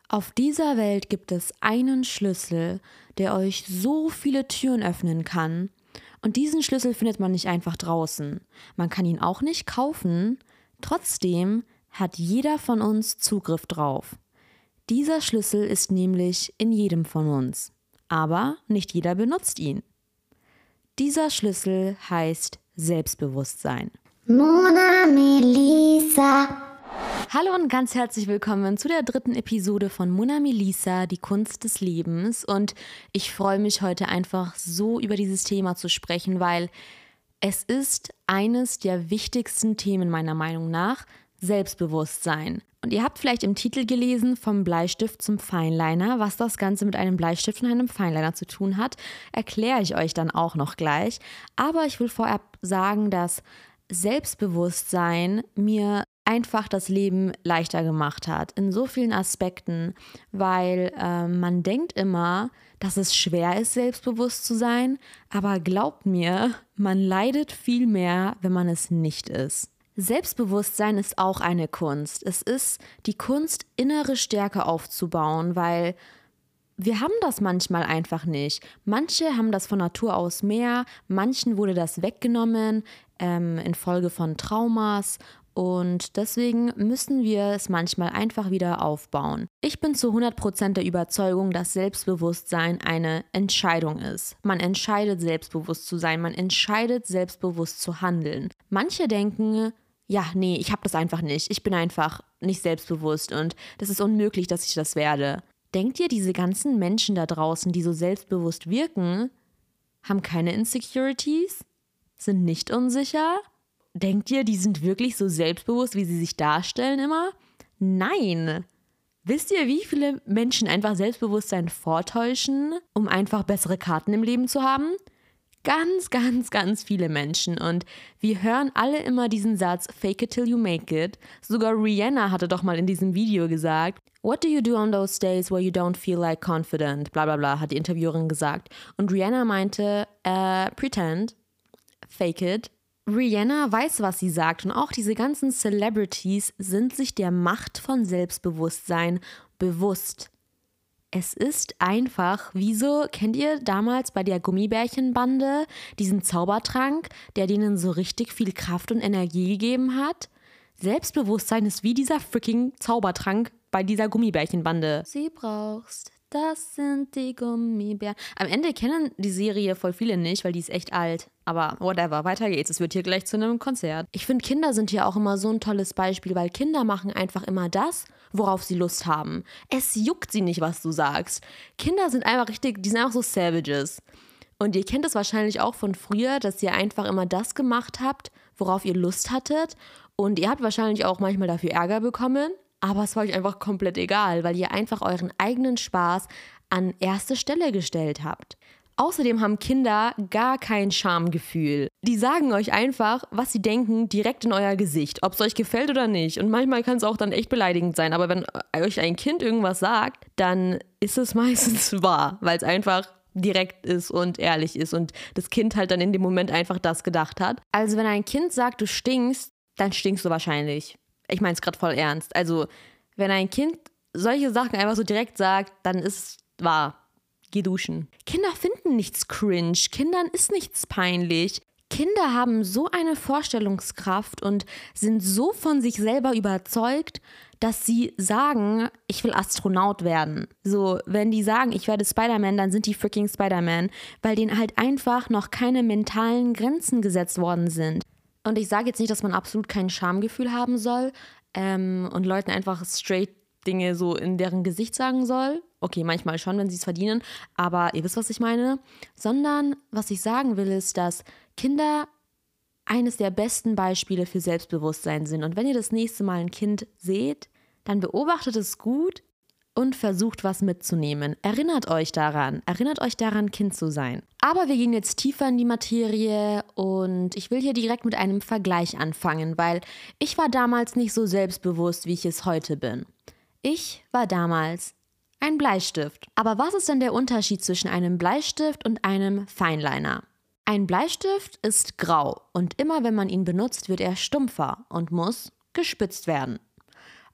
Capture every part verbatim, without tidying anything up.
Auf dieser Welt gibt es einen Schlüssel, der euch so viele Türen öffnen kann. Und diesen Schlüssel findet man nicht einfach draußen. Man kann ihn auch nicht kaufen. Trotzdem hat jeder von uns Zugriff drauf. Dieser Schlüssel ist nämlich in jedem von uns. Aber nicht jeder benutzt ihn. Dieser Schlüssel heißt Selbstbewusstsein. Mona Melissa. Hallo und ganz herzlich willkommen zu der dritten Episode von Mona Melissa, die Kunst des Lebens. Und ich freue mich heute einfach so über dieses Thema zu sprechen, weil es ist eines der wichtigsten Themen meiner Meinung nach, Selbstbewusstsein. Und ihr habt vielleicht im Titel gelesen, vom Bleistift zum Fineliner. Was das Ganze mit einem Bleistift und einem Fineliner zu tun hat, erkläre ich euch dann auch noch gleich. Aber ich will vorab sagen, dass Selbstbewusstsein mir einfach das Leben leichter gemacht hat, in so vielen Aspekten, weil äh, man denkt immer, dass es schwer ist, selbstbewusst zu sein, aber glaubt mir, man leidet viel mehr, wenn man es nicht ist. Selbstbewusstsein ist auch eine Kunst. Es ist die Kunst, innere Stärke aufzubauen, weil wir haben das manchmal einfach nicht. Manche haben das von Natur aus mehr, manchen wurde das weggenommen ähm, infolge von Traumas. Und deswegen müssen wir es manchmal einfach wieder aufbauen. Ich bin zu hundert Prozent der Überzeugung, dass Selbstbewusstsein eine Entscheidung ist. Man entscheidet, selbstbewusst zu sein. Man entscheidet, selbstbewusst zu handeln. Manche denken, ja, nee, ich habe das einfach nicht. Ich bin einfach nicht selbstbewusst und das ist unmöglich, dass ich das werde. Denkt ihr, diese ganzen Menschen da draußen, die so selbstbewusst wirken, haben keine Insecurities? Sind nicht unsicher? Denkt ihr, die sind wirklich so selbstbewusst, wie sie sich darstellen immer? Nein! Wisst ihr, wie viele Menschen einfach Selbstbewusstsein vortäuschen, um einfach bessere Karten im Leben zu haben? Ganz, ganz, ganz viele Menschen. Und wir hören alle immer diesen Satz, fake it till you make it. Sogar Rihanna hatte doch mal in diesem Video gesagt, what do you do on those days where you don't feel like confident? Bla bla bla, hat die Interviewerin gesagt. Und Rihanna meinte, uh, pretend, fake it. Rihanna weiß, was sie sagt, und auch diese ganzen Celebrities sind sich der Macht von Selbstbewusstsein bewusst. Es ist einfach, wieso, kennt ihr damals bei der Gummibärchenbande diesen Zaubertrank, der denen so richtig viel Kraft und Energie gegeben hat? Selbstbewusstsein ist wie dieser freaking Zaubertrank bei dieser Gummibärchenbande. Sie brauchst, das sind die Gummibären. Am Ende kennen die Serie voll viele nicht, weil die ist echt alt. Aber whatever, weiter geht's. Es wird hier gleich zu einem Konzert. Ich finde, Kinder sind hier auch immer so ein tolles Beispiel, weil Kinder machen einfach immer das, worauf sie Lust haben. Es juckt sie nicht, was du sagst. Kinder sind einfach richtig, die sind einfach so Savages. Und ihr kennt es wahrscheinlich auch von früher, dass ihr einfach immer das gemacht habt, worauf ihr Lust hattet. Und ihr habt wahrscheinlich auch manchmal dafür Ärger bekommen. Aber es war euch einfach komplett egal, weil ihr einfach euren eigenen Spaß an erste Stelle gestellt habt. Außerdem haben Kinder gar kein Schamgefühl. Die sagen euch einfach, was sie denken, direkt in euer Gesicht, ob es euch gefällt oder nicht. Und manchmal kann es auch dann echt beleidigend sein. Aber wenn euch ein Kind irgendwas sagt, dann ist es meistens wahr, weil es einfach direkt ist und ehrlich ist und das Kind halt dann in dem Moment einfach das gedacht hat. Also wenn ein Kind sagt, du stinkst, dann stinkst du wahrscheinlich. Ich meine es gerade voll ernst. Also wenn ein Kind solche Sachen einfach so direkt sagt, dann ist es wahr. Geh duschen. Kinder finden nichts cringe. Kindern ist nichts peinlich. Kinder haben so eine Vorstellungskraft und sind so von sich selber überzeugt, dass sie sagen, ich will Astronaut werden. So, wenn die sagen, ich werde Spider-Man, dann sind die freaking Spider-Man, weil denen halt einfach noch keine mentalen Grenzen gesetzt worden sind. Und ich sage jetzt nicht, dass man absolut kein Schamgefühl haben soll ähm, und Leuten einfach straight Dinge so in deren Gesicht sagen soll. Okay, manchmal schon, wenn sie es verdienen, aber ihr wisst, was ich meine. Sondern, was ich sagen will, ist, dass Kinder eines der besten Beispiele für Selbstbewusstsein sind. Und wenn ihr das nächste Mal ein Kind seht, dann beobachtet es gut und versucht, was mitzunehmen. Erinnert euch daran, erinnert euch daran, Kind zu sein. Aber wir gehen jetzt tiefer in die Materie und ich will hier direkt mit einem Vergleich anfangen, weil ich war damals nicht so selbstbewusst, wie ich es heute bin. Ich war damals ein Bleistift. Aber was ist denn der Unterschied zwischen einem Bleistift und einem Fineliner? Ein Bleistift ist grau und immer wenn man ihn benutzt, wird er stumpfer und muss gespitzt werden.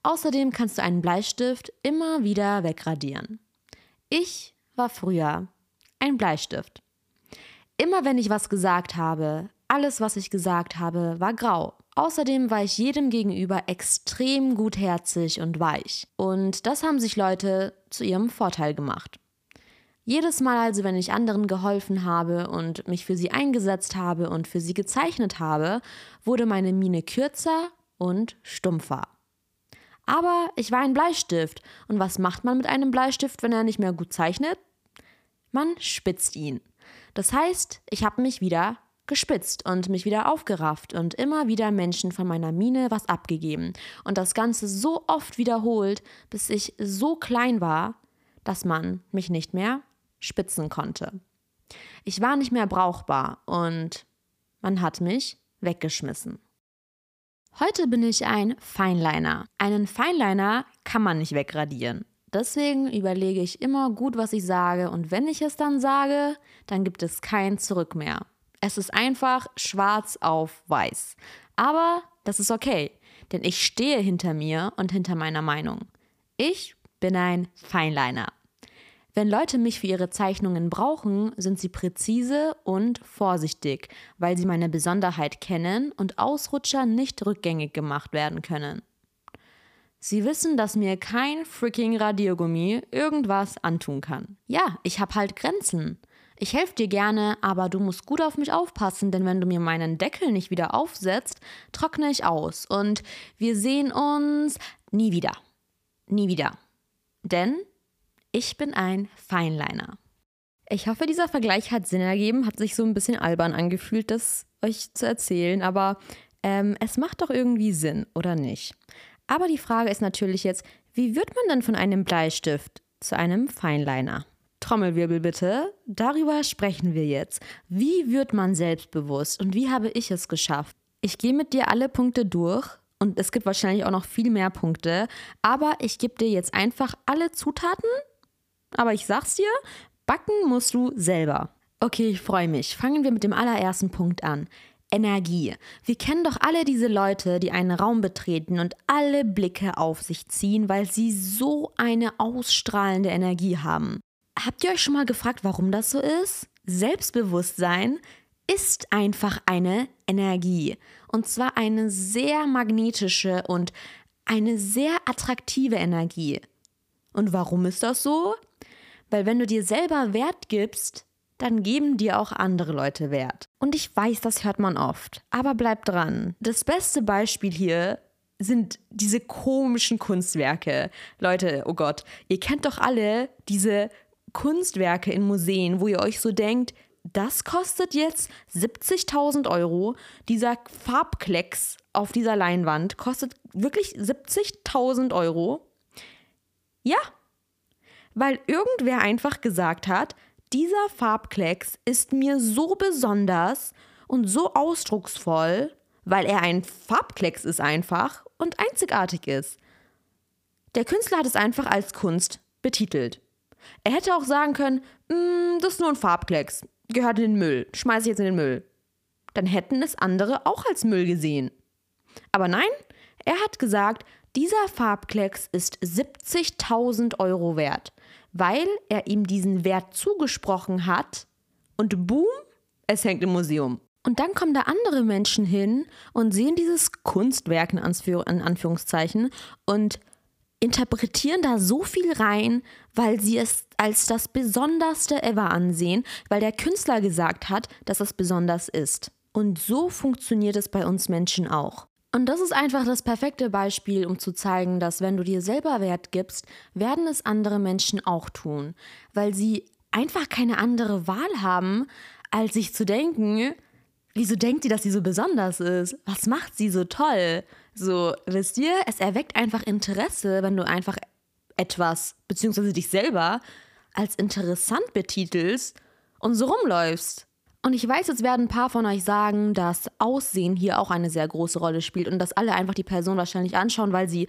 Außerdem kannst du einen Bleistift immer wieder wegradieren. Ich war früher ein Bleistift. Immer wenn ich was gesagt habe, alles, was ich gesagt habe, war grau. Außerdem war ich jedem gegenüber extrem gutherzig und weich. Und das haben sich Leute zu ihrem Vorteil gemacht. Jedes Mal also, wenn ich anderen geholfen habe und mich für sie eingesetzt habe und für sie gezeichnet habe, wurde meine Miene kürzer und stumpfer. Aber ich war ein Bleistift. Und was macht man mit einem Bleistift, wenn er nicht mehr gut zeichnet? Man spitzt ihn. Das heißt, ich habe mich wieder gespitzt und mich wieder aufgerafft und immer wieder Menschen von meiner Miene was abgegeben. Und das Ganze so oft wiederholt, bis ich so klein war, dass man mich nicht mehr spitzen konnte. Ich war nicht mehr brauchbar und man hat mich weggeschmissen. Heute bin ich ein Fineliner. Einen Fineliner kann man nicht wegradieren. Deswegen überlege ich immer gut, was ich sage, und wenn ich es dann sage, dann gibt es kein Zurück mehr. Es ist einfach schwarz auf weiß. Aber das ist okay, denn ich stehe hinter mir und hinter meiner Meinung. Ich bin ein Fineliner. Wenn Leute mich für ihre Zeichnungen brauchen, sind sie präzise und vorsichtig, weil sie meine Besonderheit kennen und Ausrutscher nicht rückgängig gemacht werden können. Sie wissen, dass mir kein freaking Radiergummi irgendwas antun kann. Ja, ich habe halt Grenzen. Ich helfe dir gerne, aber du musst gut auf mich aufpassen, denn wenn du mir meinen Deckel nicht wieder aufsetzt, trockne ich aus und wir sehen uns nie wieder. Nie wieder. Denn ich bin ein Fineliner. Ich hoffe, dieser Vergleich hat Sinn ergeben, hat sich so ein bisschen albern angefühlt, das euch zu erzählen, aber ähm, es macht doch irgendwie Sinn, oder nicht? Aber die Frage ist natürlich jetzt, wie wird man denn von einem Bleistift zu einem Fineliner? Trommelwirbel bitte, darüber sprechen wir jetzt. Wie wird man selbstbewusst und wie habe ich es geschafft? Ich gehe mit dir alle Punkte durch und es gibt wahrscheinlich auch noch viel mehr Punkte, aber ich gebe dir jetzt einfach alle Zutaten, aber ich sag's dir, backen musst du selber. Okay, ich freue mich. Fangen wir mit dem allerersten Punkt an. Energie. Wir kennen doch alle diese Leute, die einen Raum betreten und alle Blicke auf sich ziehen, weil sie so eine ausstrahlende Energie haben. Habt ihr euch schon mal gefragt, warum das so ist? Selbstbewusstsein ist einfach eine Energie. Und zwar eine sehr magnetische und eine sehr attraktive Energie. Und warum ist das so? Weil wenn du dir selber Wert gibst, dann geben dir auch andere Leute Wert. Und ich weiß, das hört man oft, aber bleib dran. Das beste Beispiel hier sind diese komischen Kunstwerke. Leute, oh Gott, ihr kennt doch alle diese Kunstwerke in Museen, wo ihr euch so denkt, das kostet jetzt siebzigtausend Euro. Dieser Farbklecks auf dieser Leinwand kostet wirklich siebzigtausend Euro. Ja, weil irgendwer einfach gesagt hat, dieser Farbklecks ist mir so besonders und so ausdrucksvoll, weil er ein Farbklecks ist einfach und einzigartig ist. Der Künstler hat es einfach als Kunst betitelt. Er hätte auch sagen können, das ist nur ein Farbklecks, gehört in den Müll, schmeiße ich jetzt in den Müll. Dann hätten es andere auch als Müll gesehen. Aber nein, er hat gesagt, dieser Farbklecks ist siebzigtausend Euro wert, weil er ihm diesen Wert zugesprochen hat und boom, es hängt im Museum. Und dann kommen da andere Menschen hin und sehen dieses Kunstwerk in Anführungszeichen und interpretieren da so viel rein, weil sie es als das Besonderste ever ansehen, weil der Künstler gesagt hat, dass es besonders ist. Und so funktioniert es bei uns Menschen auch. Und das ist einfach das perfekte Beispiel, um zu zeigen, dass wenn du dir selber Wert gibst, werden es andere Menschen auch tun, weil sie einfach keine andere Wahl haben, als sich zu denken, wieso denkt sie, dass sie so besonders ist? Was macht sie so toll? So, wisst ihr, es erweckt einfach Interesse, wenn du einfach etwas, beziehungsweise dich selber, als interessant betitelst und so rumläufst. Und ich weiß, jetzt werden ein paar von euch sagen, dass Aussehen hier auch eine sehr große Rolle spielt und dass alle einfach die Person wahrscheinlich anschauen, weil sie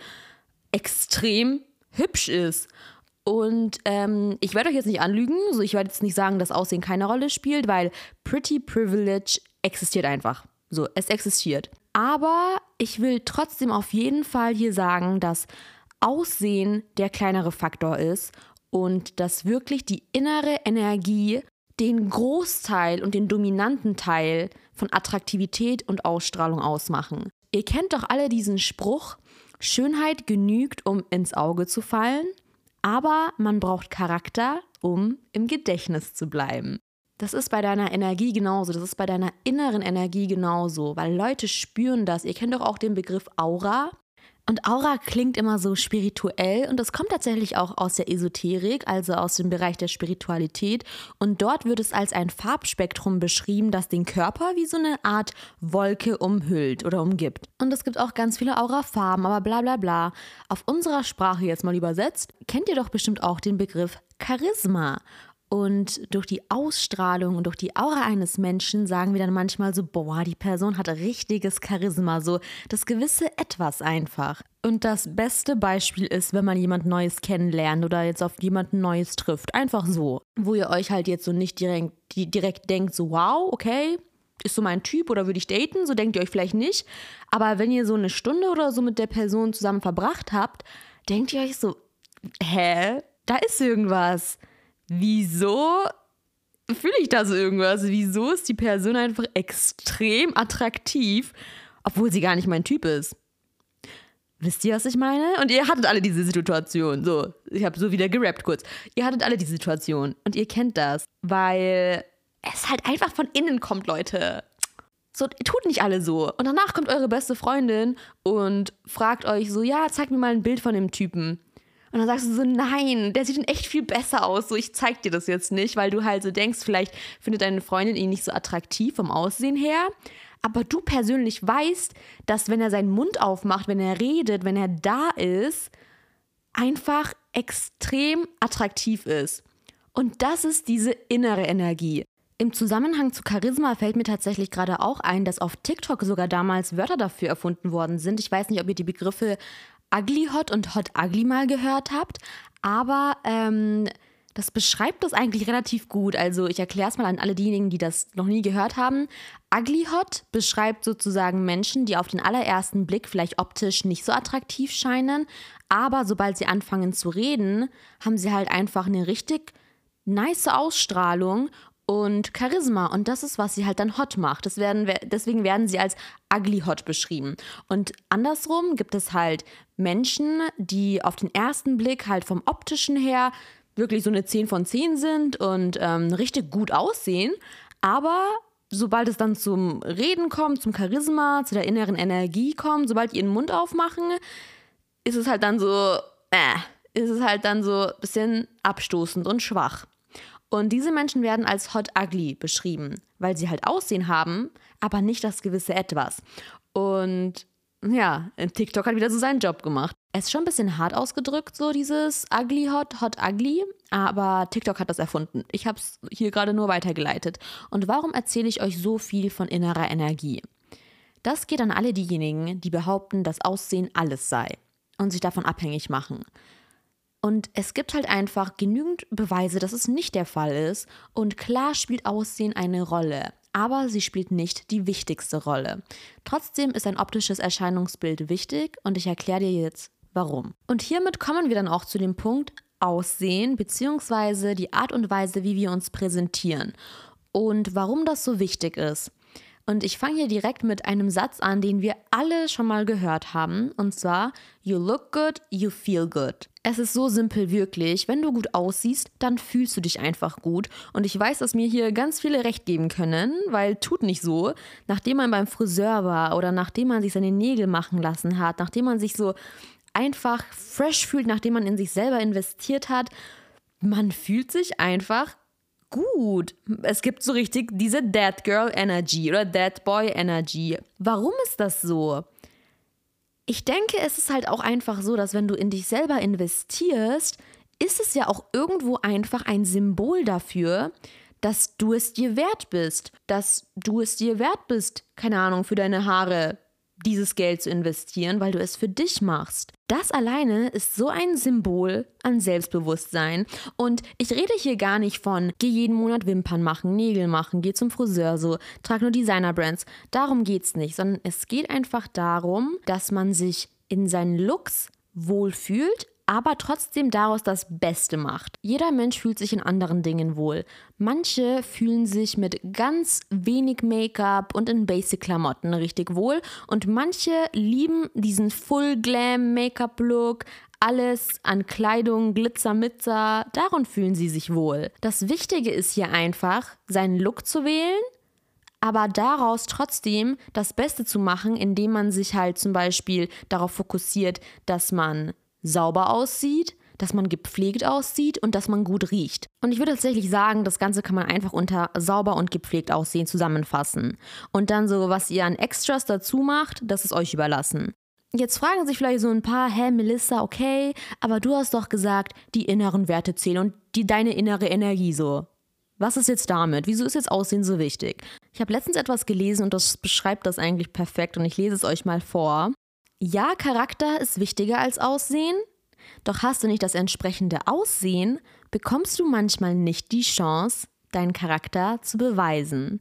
extrem hübsch ist. Und ähm, ich werde euch jetzt nicht anlügen, so ich werde jetzt nicht sagen, dass Aussehen keine Rolle spielt, weil Pretty Privilege existiert einfach. So, es existiert. Aber ich will trotzdem auf jeden Fall hier sagen, dass Aussehen der kleinere Faktor ist und dass wirklich die innere Energie den Großteil und den dominanten Teil von Attraktivität und Ausstrahlung ausmachen. Ihr kennt doch alle diesen Spruch, Schönheit genügt, um ins Auge zu fallen, aber man braucht Charakter, um im Gedächtnis zu bleiben. Das ist bei deiner Energie genauso, das ist bei deiner inneren Energie genauso, weil Leute spüren das. Ihr kennt doch auch den Begriff Aura. Und Aura klingt immer so spirituell und das kommt tatsächlich auch aus der Esoterik, also aus dem Bereich der Spiritualität. Und dort wird es als ein Farbspektrum beschrieben, das den Körper wie so eine Art Wolke umhüllt oder umgibt. Und es gibt auch ganz viele Aurafarben, aber bla bla bla. Auf unserer Sprache jetzt mal übersetzt, kennt ihr doch bestimmt auch den Begriff Charisma. Und durch die Ausstrahlung und durch die Aura eines Menschen sagen wir dann manchmal so, boah, die Person hat richtiges Charisma, so das gewisse Etwas einfach. Und das beste Beispiel ist, wenn man jemand Neues kennenlernt oder jetzt auf jemanden Neues trifft, einfach so, wo ihr euch halt jetzt so nicht direkt, direkt denkt, so wow, okay, ist so mein Typ oder würde ich daten, so denkt ihr euch vielleicht nicht. Aber wenn ihr so eine Stunde oder so mit der Person zusammen verbracht habt, denkt ihr euch so, hä, da ist irgendwas. Wieso fühle ich da so irgendwas? Wieso ist die Person einfach extrem attraktiv, obwohl sie gar nicht mein Typ ist? Wisst ihr, was ich meine? Und ihr hattet alle diese Situation. So, ich habe so wieder gerappt kurz. Ihr hattet alle diese Situation und ihr kennt das, weil es halt einfach von innen kommt, Leute. So, tut nicht alle so. Und danach kommt eure beste Freundin und fragt euch so, ja, zeig mir mal ein Bild von dem Typen. Und dann sagst du so, nein, der sieht echt viel besser aus, so ich zeig dir das jetzt nicht, weil du halt so denkst, vielleicht findet deine Freundin ihn nicht so attraktiv vom Aussehen her, aber du persönlich weißt, dass wenn er seinen Mund aufmacht, wenn er redet, wenn er da ist, einfach extrem attraktiv ist. Und das ist diese innere Energie. Im Zusammenhang zu Charisma fällt mir tatsächlich gerade auch ein, dass auf TikTok sogar damals Wörter dafür erfunden worden sind. Ich weiß nicht, ob ihr die Begriffe Ugly Hot und Hot Ugly mal gehört habt, aber ähm, das beschreibt das eigentlich relativ gut. Also ich erkläre es mal an alle diejenigen, die das noch nie gehört haben. Ugly Hot beschreibt sozusagen Menschen, die auf den allerersten Blick vielleicht optisch nicht so attraktiv scheinen, aber sobald sie anfangen zu reden, haben sie halt einfach eine richtig nice Ausstrahlung und Charisma. Und das ist, was sie halt dann hot macht. Das werden, deswegen werden sie als ugly hot beschrieben. Und andersrum gibt es halt Menschen, die auf den ersten Blick halt vom optischen her wirklich so eine zehn von zehn sind und ähm, richtig gut aussehen. Aber sobald es dann zum Reden kommt, zum Charisma, zu der inneren Energie kommt, sobald die ihren Mund aufmachen, ist es halt dann so, äh, ist es halt dann so ein bisschen abstoßend und schwach. Und diese Menschen werden als hot ugly beschrieben, weil sie halt Aussehen haben, aber nicht das gewisse Etwas. Und ja, TikTok hat wieder so seinen Job gemacht. Es ist schon ein bisschen hart ausgedrückt, so dieses ugly hot, hot ugly, aber TikTok hat das erfunden. Ich habe es hier gerade nur weitergeleitet. Und warum erzähle ich euch so viel von innerer Energie? Das geht an alle diejenigen, die behaupten, dass Aussehen alles sei und sich davon abhängig machen. Und es gibt halt einfach genügend Beweise, dass es nicht der Fall ist. Und klar spielt Aussehen eine Rolle, aber sie spielt nicht die wichtigste Rolle. Trotzdem ist ein optisches Erscheinungsbild wichtig und ich erkläre dir jetzt, warum. Und hiermit kommen wir dann auch zu dem Punkt Aussehen bzw. die Art und Weise, wie wir uns präsentieren und warum das so wichtig ist. Und ich fange hier direkt mit einem Satz an, den wir alle schon mal gehört haben. Und zwar, you look good, you feel good. Es ist so simpel wirklich. Wenn du gut aussiehst, dann fühlst du dich einfach gut. Und ich weiß, dass mir hier ganz viele recht geben können, weil tut nicht so. Nachdem man beim Friseur war oder nachdem man sich seine Nägel machen lassen hat, nachdem man sich so einfach fresh fühlt, nachdem man in sich selber investiert hat, man fühlt sich einfach gut. Es gibt so richtig diese That Girl Energy oder That Boy Energy. Warum ist das so? Ich denke, es ist halt auch einfach so, dass wenn du in dich selber investierst, ist es ja auch irgendwo einfach ein Symbol dafür, dass du es dir wert bist. Dass du es dir wert bist, keine Ahnung, für deine Haare dieses Geld zu investieren, weil du es für dich machst. Das alleine ist so ein Symbol an Selbstbewusstsein. Und ich rede hier gar nicht von, geh jeden Monat Wimpern machen, Nägel machen, geh zum Friseur, so, trag nur Designer-Brands. Darum geht's nicht, sondern es geht einfach darum, dass man sich in seinen Looks wohlfühlt, aber trotzdem daraus das Beste macht. Jeder Mensch fühlt sich in anderen Dingen wohl. Manche fühlen sich mit ganz wenig Make-up und in Basic-Klamotten richtig wohl und manche lieben diesen Full-Glam-Make-up-Look, alles an Kleidung, Glitzer, Mitzer, darin fühlen sie sich wohl. Das Wichtige ist hier einfach, seinen Look zu wählen, aber daraus trotzdem das Beste zu machen, indem man sich halt zum Beispiel darauf fokussiert, dass man sauber aussieht, dass man gepflegt aussieht und dass man gut riecht. Und ich würde tatsächlich sagen, das Ganze kann man einfach unter sauber und gepflegt aussehen zusammenfassen. Und dann so, was ihr an Extras dazu macht, das ist euch überlassen. Jetzt fragen sich vielleicht so ein paar, hä, Melissa, okay, aber du hast doch gesagt, die inneren Werte zählen und die, deine innere Energie so. Was ist jetzt damit? Wieso ist jetzt Aussehen so wichtig? Ich habe letztens etwas gelesen und das beschreibt das eigentlich perfekt und ich lese es euch mal vor. Ja, Charakter ist wichtiger als Aussehen, doch hast du nicht das entsprechende Aussehen, bekommst du manchmal nicht die Chance, deinen Charakter zu beweisen.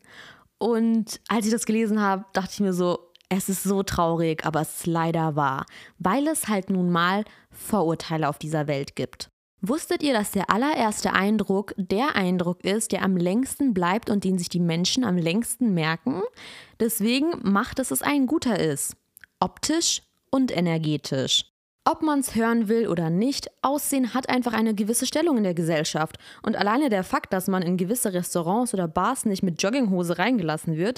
Und als ich das gelesen habe, dachte ich mir so, es ist so traurig, aber es ist leider wahr, weil es halt nun mal Vorurteile auf dieser Welt gibt. Wusstet ihr, dass der allererste Eindruck der Eindruck ist, der am längsten bleibt und den sich die Menschen am längsten merken? Deswegen macht es, dass es ein guter ist. Optisch und energetisch. Ob man es hören will oder nicht, Aussehen hat einfach eine gewisse Stellung in der Gesellschaft. Und alleine der Fakt, dass man in gewisse Restaurants oder Bars nicht mit Jogginghose reingelassen wird,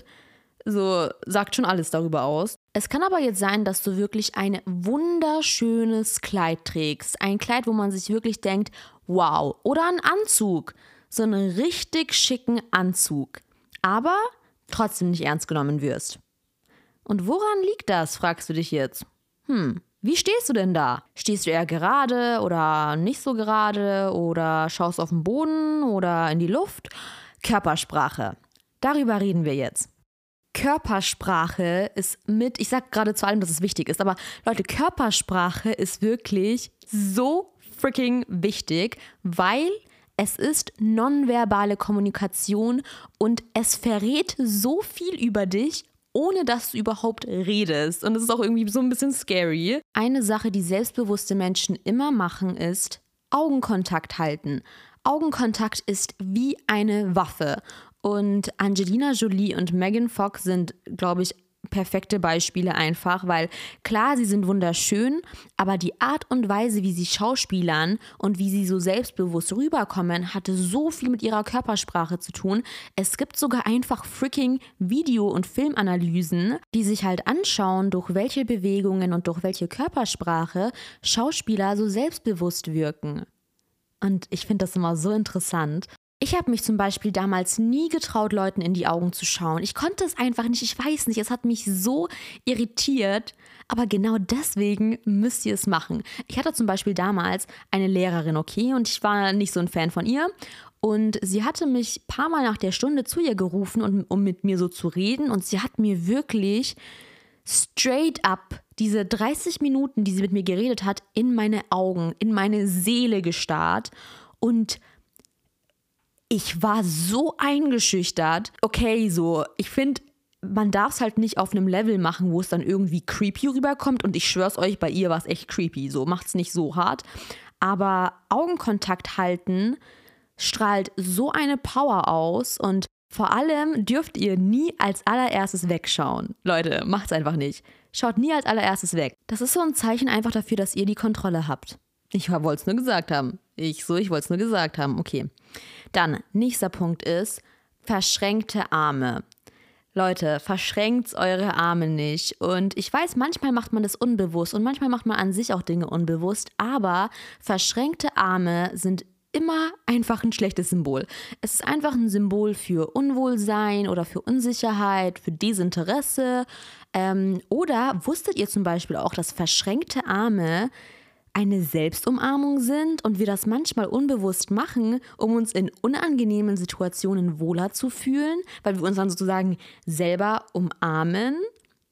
so sagt schon alles darüber aus. Es kann aber jetzt sein, dass du wirklich ein wunderschönes Kleid trägst. Ein Kleid, wo man sich wirklich denkt, wow. Oder ein Anzug. So einen richtig schicken Anzug. Aber trotzdem nicht ernst genommen wirst. Und woran liegt das, fragst du dich jetzt? Hm, wie stehst du denn da? Stehst du eher gerade oder nicht so gerade oder schaust auf den Boden oder in die Luft? Körpersprache. Darüber reden wir jetzt. Körpersprache ist mit, ich sag gerade zu allem, dass es wichtig ist, aber Leute, Körpersprache ist wirklich so freaking wichtig, weil es ist nonverbale Kommunikation und es verrät so viel über dich, ohne dass du überhaupt redest. Und das ist auch irgendwie so ein bisschen scary. Eine Sache, die selbstbewusste Menschen immer machen, ist Augenkontakt halten. Augenkontakt ist wie eine Waffe. Und Angelina Jolie und Megan Fox sind, glaube ich, perfekte Beispiele einfach, weil klar, sie sind wunderschön, aber die Art und Weise, wie sie schauspielern und wie sie so selbstbewusst rüberkommen, hatte so viel mit ihrer Körpersprache zu tun. Es gibt sogar einfach freaking Video- und Filmanalysen, die sich halt anschauen, durch welche Bewegungen und durch welche Körpersprache Schauspieler so selbstbewusst wirken. Und ich finde das immer so interessant. Ich habe mich zum Beispiel damals nie getraut, Leuten in die Augen zu schauen. Ich konnte es einfach nicht, ich weiß nicht, es hat mich so irritiert. Aber genau deswegen müsst ihr es machen. Ich hatte zum Beispiel damals eine Lehrerin, okay, und ich war nicht so ein Fan von ihr. Und sie hatte mich ein paar Mal nach der Stunde zu ihr gerufen, um, um mit mir so zu reden. Und sie hat mir wirklich straight up diese dreißig Minuten, die sie mit mir geredet hat, in meine Augen, in meine Seele gestarrt. Und ich war so eingeschüchtert. Okay, so, ich finde, man darf es halt nicht auf einem Level machen, wo es dann irgendwie creepy rüberkommt. Und ich schwör's euch, bei ihr war es echt creepy. So, macht's nicht so hart. Aber Augenkontakt halten strahlt so eine Power aus. Und vor allem dürft ihr nie als allererstes wegschauen. Leute, macht's einfach nicht. Schaut nie als allererstes weg. Das ist so ein Zeichen einfach dafür, dass ihr die Kontrolle habt. Ich wollte es nur gesagt haben. Ich so, ich wollte es nur gesagt haben. Okay. Dann, nächster Punkt ist verschränkte Arme. Leute, verschränkt eure Arme nicht. Und ich weiß, manchmal macht man das unbewusst und manchmal macht man an sich auch Dinge unbewusst, aber verschränkte Arme sind immer einfach ein schlechtes Symbol. Es ist einfach ein Symbol für Unwohlsein oder für Unsicherheit, für Desinteresse. Ähm, oder wusstet ihr zum Beispiel auch, dass verschränkte Arme eine Selbstumarmung sind und wir das manchmal unbewusst machen, um uns in unangenehmen Situationen wohler zu fühlen, weil wir uns dann sozusagen selber umarmen.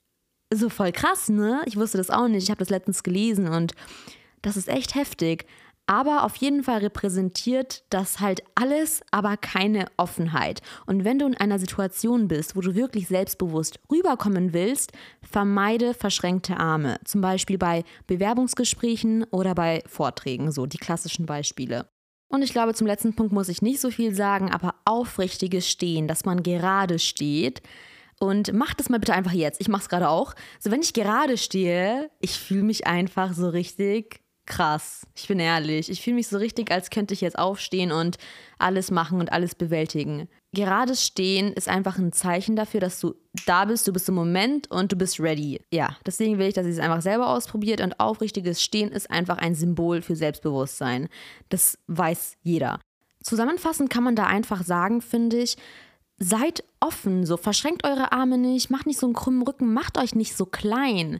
So voll krass, ne? Ich wusste das auch nicht. Ich habe das letztens gelesen und das ist echt heftig. Aber auf jeden Fall repräsentiert das halt alles, aber keine Offenheit. Und wenn du in einer Situation bist, wo du wirklich selbstbewusst rüberkommen willst, vermeide verschränkte Arme. Zum Beispiel bei Bewerbungsgesprächen oder bei Vorträgen, so die klassischen Beispiele. Und ich glaube, zum letzten Punkt muss ich nicht so viel sagen, aber aufrichtiges Stehen, dass man gerade steht. Und mach das mal bitte einfach jetzt. Ich mach's gerade auch. So, wenn ich gerade stehe, ich fühle mich einfach so richtig krass. Ich bin ehrlich. Ich fühle mich so richtig, als könnte ich jetzt aufstehen und alles machen und alles bewältigen. Gerade stehen ist einfach ein Zeichen dafür, dass du da bist, du bist im Moment und du bist ready. Ja, deswegen will ich, dass ihr es einfach selber ausprobiert und aufrichtiges Stehen ist einfach ein Symbol für Selbstbewusstsein. Das weiß jeder. Zusammenfassend kann man da einfach sagen, finde ich, seid offen, so verschränkt eure Arme nicht, macht nicht so einen krummen Rücken, macht euch nicht so klein.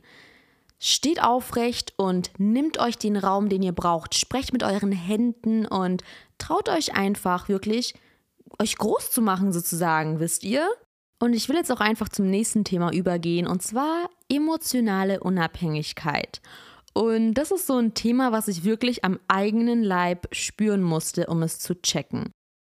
Steht aufrecht und nehmt euch den Raum, den ihr braucht. Sprecht mit euren Händen und traut euch einfach wirklich, euch groß zu machen sozusagen, wisst ihr? Und ich will jetzt auch einfach zum nächsten Thema übergehen und zwar emotionale Unabhängigkeit. Und das ist so ein Thema, was ich wirklich am eigenen Leib spüren musste, um es zu checken.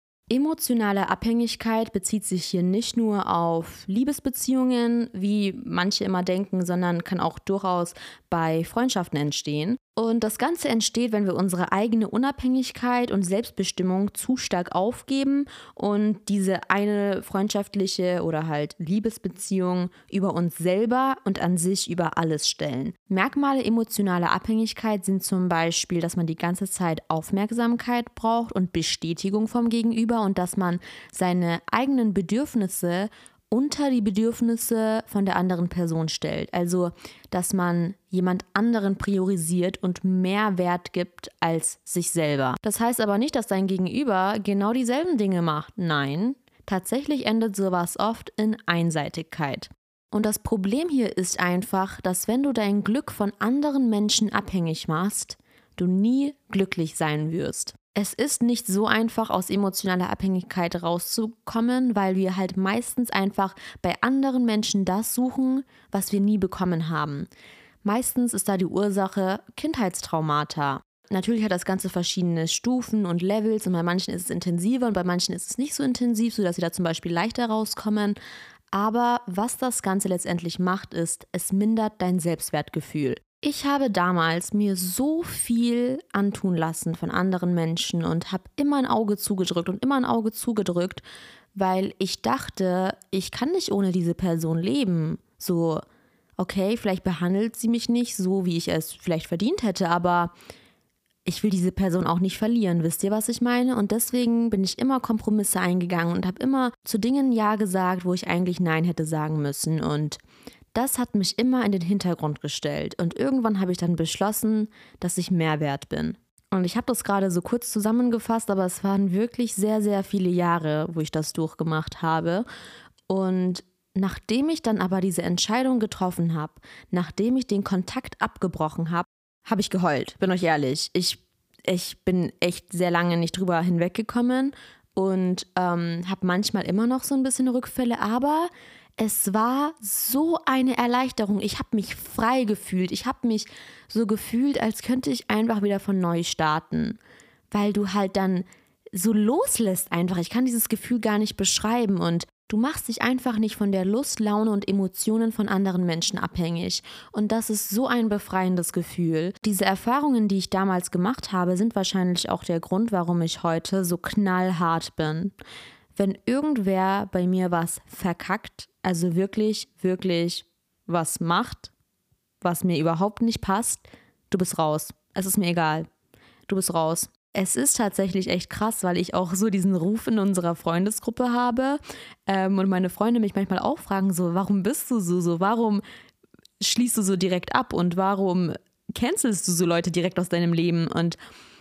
Emotionale Abhängigkeit bezieht sich hier nicht nur auf Liebesbeziehungen, wie manche immer denken, sondern kann auch durchaus bei Freundschaften entstehen. Und das Ganze entsteht, wenn wir unsere eigene Unabhängigkeit und Selbstbestimmung zu stark aufgeben und diese eine freundschaftliche oder halt Liebesbeziehung über uns selber und an sich über alles stellen. Merkmale emotionaler Abhängigkeit sind zum Beispiel, dass man die ganze Zeit Aufmerksamkeit braucht und Bestätigung vom Gegenüber und dass man seine eigenen Bedürfnisse unter die Bedürfnisse von der anderen Person stellt. Also, dass man jemand anderen priorisiert und mehr Wert gibt als sich selber. Das heißt aber nicht, dass dein Gegenüber genau dieselben Dinge macht. Nein, tatsächlich endet sowas oft in Einseitigkeit. Und das Problem hier ist einfach, dass wenn du dein Glück von anderen Menschen abhängig machst, du nie glücklich sein wirst. Es ist nicht so einfach, aus emotionaler Abhängigkeit rauszukommen, weil wir halt meistens einfach bei anderen Menschen das suchen, was wir nie bekommen haben. Meistens ist da die Ursache Kindheitstraumata. Natürlich hat das Ganze verschiedene Stufen und Levels und bei manchen ist es intensiver und bei manchen ist es nicht so intensiv, sodass sie da zum Beispiel leichter rauskommen. Aber was das Ganze letztendlich macht, ist, es mindert dein Selbstwertgefühl. Ich habe damals mir so viel antun lassen von anderen Menschen und habe immer ein Auge zugedrückt und immer ein Auge zugedrückt, weil ich dachte, ich kann nicht ohne diese Person leben. So, okay, vielleicht behandelt sie mich nicht so, wie ich es vielleicht verdient hätte, aber ich will diese Person auch nicht verlieren. Wisst ihr, was ich meine? Und deswegen bin ich immer Kompromisse eingegangen und habe immer zu Dingen Ja gesagt, wo ich eigentlich Nein hätte sagen müssen. Und das hat mich immer in den Hintergrund gestellt und irgendwann habe ich dann beschlossen, dass ich mehr wert bin. Und ich habe das gerade so kurz zusammengefasst, aber es waren wirklich sehr, sehr viele Jahre, wo ich das durchgemacht habe. Und nachdem ich dann aber diese Entscheidung getroffen habe, nachdem ich den Kontakt abgebrochen habe, habe ich geheult, bin euch ehrlich. Ich, ich bin echt sehr lange nicht drüber hinweggekommen und ähm, habe manchmal immer noch so ein bisschen Rückfälle, aber es war so eine Erleichterung. Ich habe mich frei gefühlt. Ich habe mich so gefühlt, als könnte ich einfach wieder von neu starten. Weil du halt dann so loslässt einfach. Ich kann dieses Gefühl gar nicht beschreiben. Und du machst dich einfach nicht von der Lust, Laune und Emotionen von anderen Menschen abhängig. Und das ist so ein befreiendes Gefühl. Diese Erfahrungen, die ich damals gemacht habe, sind wahrscheinlich auch der Grund, warum ich heute so knallhart bin. Wenn irgendwer bei mir was verkackt, also wirklich, wirklich was macht, was mir überhaupt nicht passt, du bist raus. Es ist mir egal. Du bist raus. Es ist tatsächlich echt krass, weil ich auch so diesen Ruf in unserer Freundesgruppe habe ähm, und meine Freunde mich manchmal auch fragen so, warum bist du so, so, warum schließt du so direkt ab und warum cancelst du so Leute direkt aus deinem Leben? Und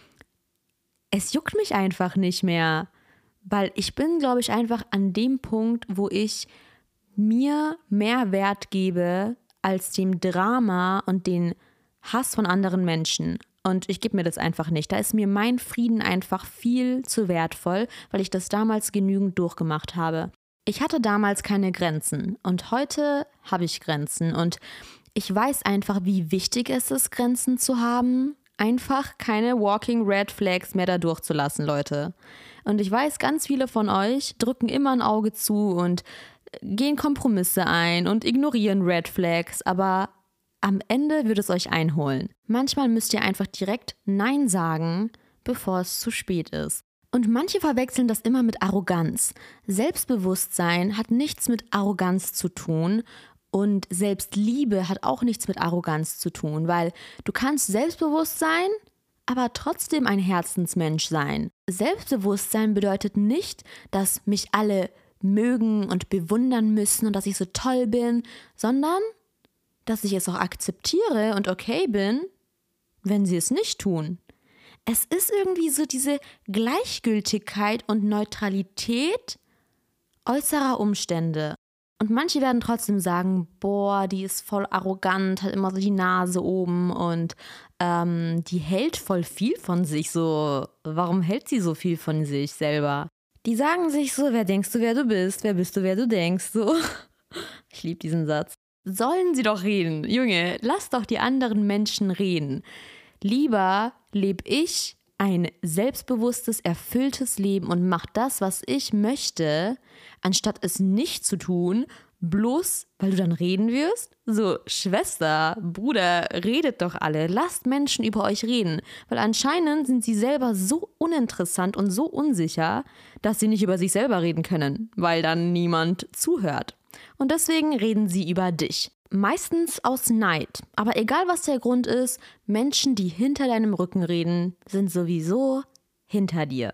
es juckt mich einfach nicht mehr. Weil ich bin, glaube ich, einfach an dem Punkt, wo ich mir mehr Wert gebe als dem Drama und den Hass von anderen Menschen. Und ich gebe mir das einfach nicht. Da ist mir mein Frieden einfach viel zu wertvoll, weil ich das damals genügend durchgemacht habe. Ich hatte damals keine Grenzen und heute habe ich Grenzen und ich weiß einfach, wie wichtig es ist, Grenzen zu haben. Einfach keine Walking Red Flags mehr da durchzulassen, Leute. Und ich weiß, ganz viele von euch drücken immer ein Auge zu und gehen Kompromisse ein und ignorieren Red Flags, aber am Ende wird es euch einholen. Manchmal müsst ihr einfach direkt Nein sagen, bevor es zu spät ist. Und manche verwechseln das immer mit Arroganz. Selbstbewusstsein hat nichts mit Arroganz zu tun und Selbstliebe hat auch nichts mit Arroganz zu tun, weil du kannst selbstbewusst sein, aber trotzdem ein Herzensmensch sein. Selbstbewusstsein bedeutet nicht, dass mich alle mögen und bewundern müssen und dass ich so toll bin, sondern dass ich es auch akzeptiere und okay bin, wenn sie es nicht tun. Es ist irgendwie so diese Gleichgültigkeit und Neutralität äußerer Umstände. Und manche werden trotzdem sagen, boah, die ist voll arrogant, hat immer so die Nase oben und ähm, die hält voll viel von sich. So, warum hält sie so viel von sich selber? Die sagen sich so, wer denkst du, wer du bist? Wer bist du, wer du denkst? So. Ich liebe diesen Satz. Sollen sie doch reden. Junge, lass doch die anderen Menschen reden. Lieber lebe ich ein selbstbewusstes, erfülltes Leben und mache das, was ich möchte, anstatt es nicht zu tun, bloß weil du dann reden wirst? So, Schwester, Bruder, redet doch alle. Lasst Menschen über euch reden, weil anscheinend sind sie selber so uninteressant und so unsicher, dass sie nicht über sich selber reden können, weil dann niemand zuhört. Und deswegen reden sie über dich. Meistens aus Neid. Aber egal, was der Grund ist, Menschen, die hinter deinem Rücken reden, sind sowieso hinter dir.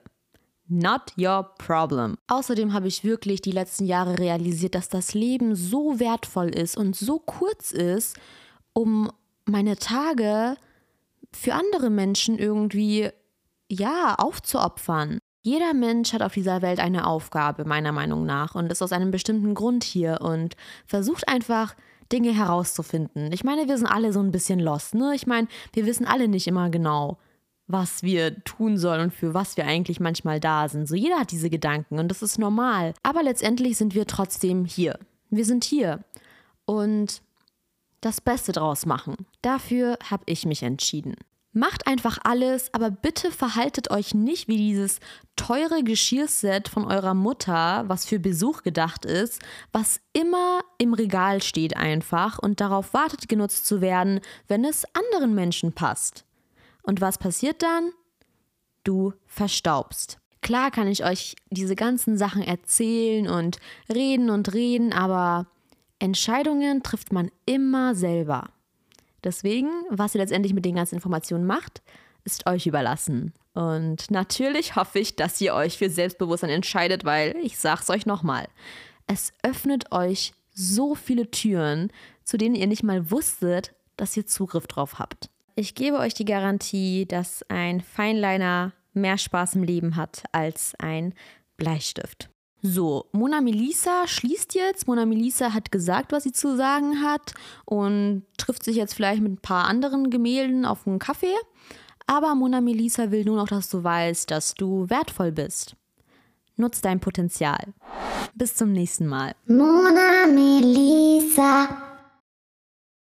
Not your problem. Außerdem habe ich wirklich die letzten Jahre realisiert, dass das Leben so wertvoll ist und so kurz ist, um meine Tage für andere Menschen irgendwie, ja, aufzuopfern. Jeder Mensch hat auf dieser Welt eine Aufgabe, meiner Meinung nach, und ist aus einem bestimmten Grund hier und versucht einfach, Dinge herauszufinden. Ich meine, wir sind alle so ein bisschen lost, ne? Ich meine, wir wissen alle nicht immer genau, was wir tun sollen und für was wir eigentlich manchmal da sind. So, jeder hat diese Gedanken und das ist normal. Aber letztendlich sind wir trotzdem hier. Wir sind hier und das Beste draus machen. Dafür habe ich mich entschieden. Macht einfach alles, aber bitte verhaltet euch nicht wie dieses teure Geschirrset von eurer Mutter, was für Besuch gedacht ist, was immer im Regal steht einfach und darauf wartet, genutzt zu werden, wenn es anderen Menschen passt. Und was passiert dann? Du verstaubst. Klar kann ich euch diese ganzen Sachen erzählen und reden und reden, aber Entscheidungen trifft man immer selber. Deswegen, was ihr letztendlich mit den ganzen Informationen macht, ist euch überlassen. Und natürlich hoffe ich, dass ihr euch für Selbstbewusstsein entscheidet, weil, ich sag's euch nochmal, es öffnet euch so viele Türen, zu denen ihr nicht mal wusstet, dass ihr Zugriff drauf habt. Ich gebe euch die Garantie, dass ein Fineliner mehr Spaß im Leben hat als ein Bleistift. So, Mona Melisa schließt jetzt. Mona Melisa hat gesagt, was sie zu sagen hat und trifft sich jetzt vielleicht mit ein paar anderen Gemälden auf einen Kaffee. Aber Mona Melisa will nur noch, dass du weißt, dass du wertvoll bist. Nutz dein Potenzial. Bis zum nächsten Mal. Mona Melisa.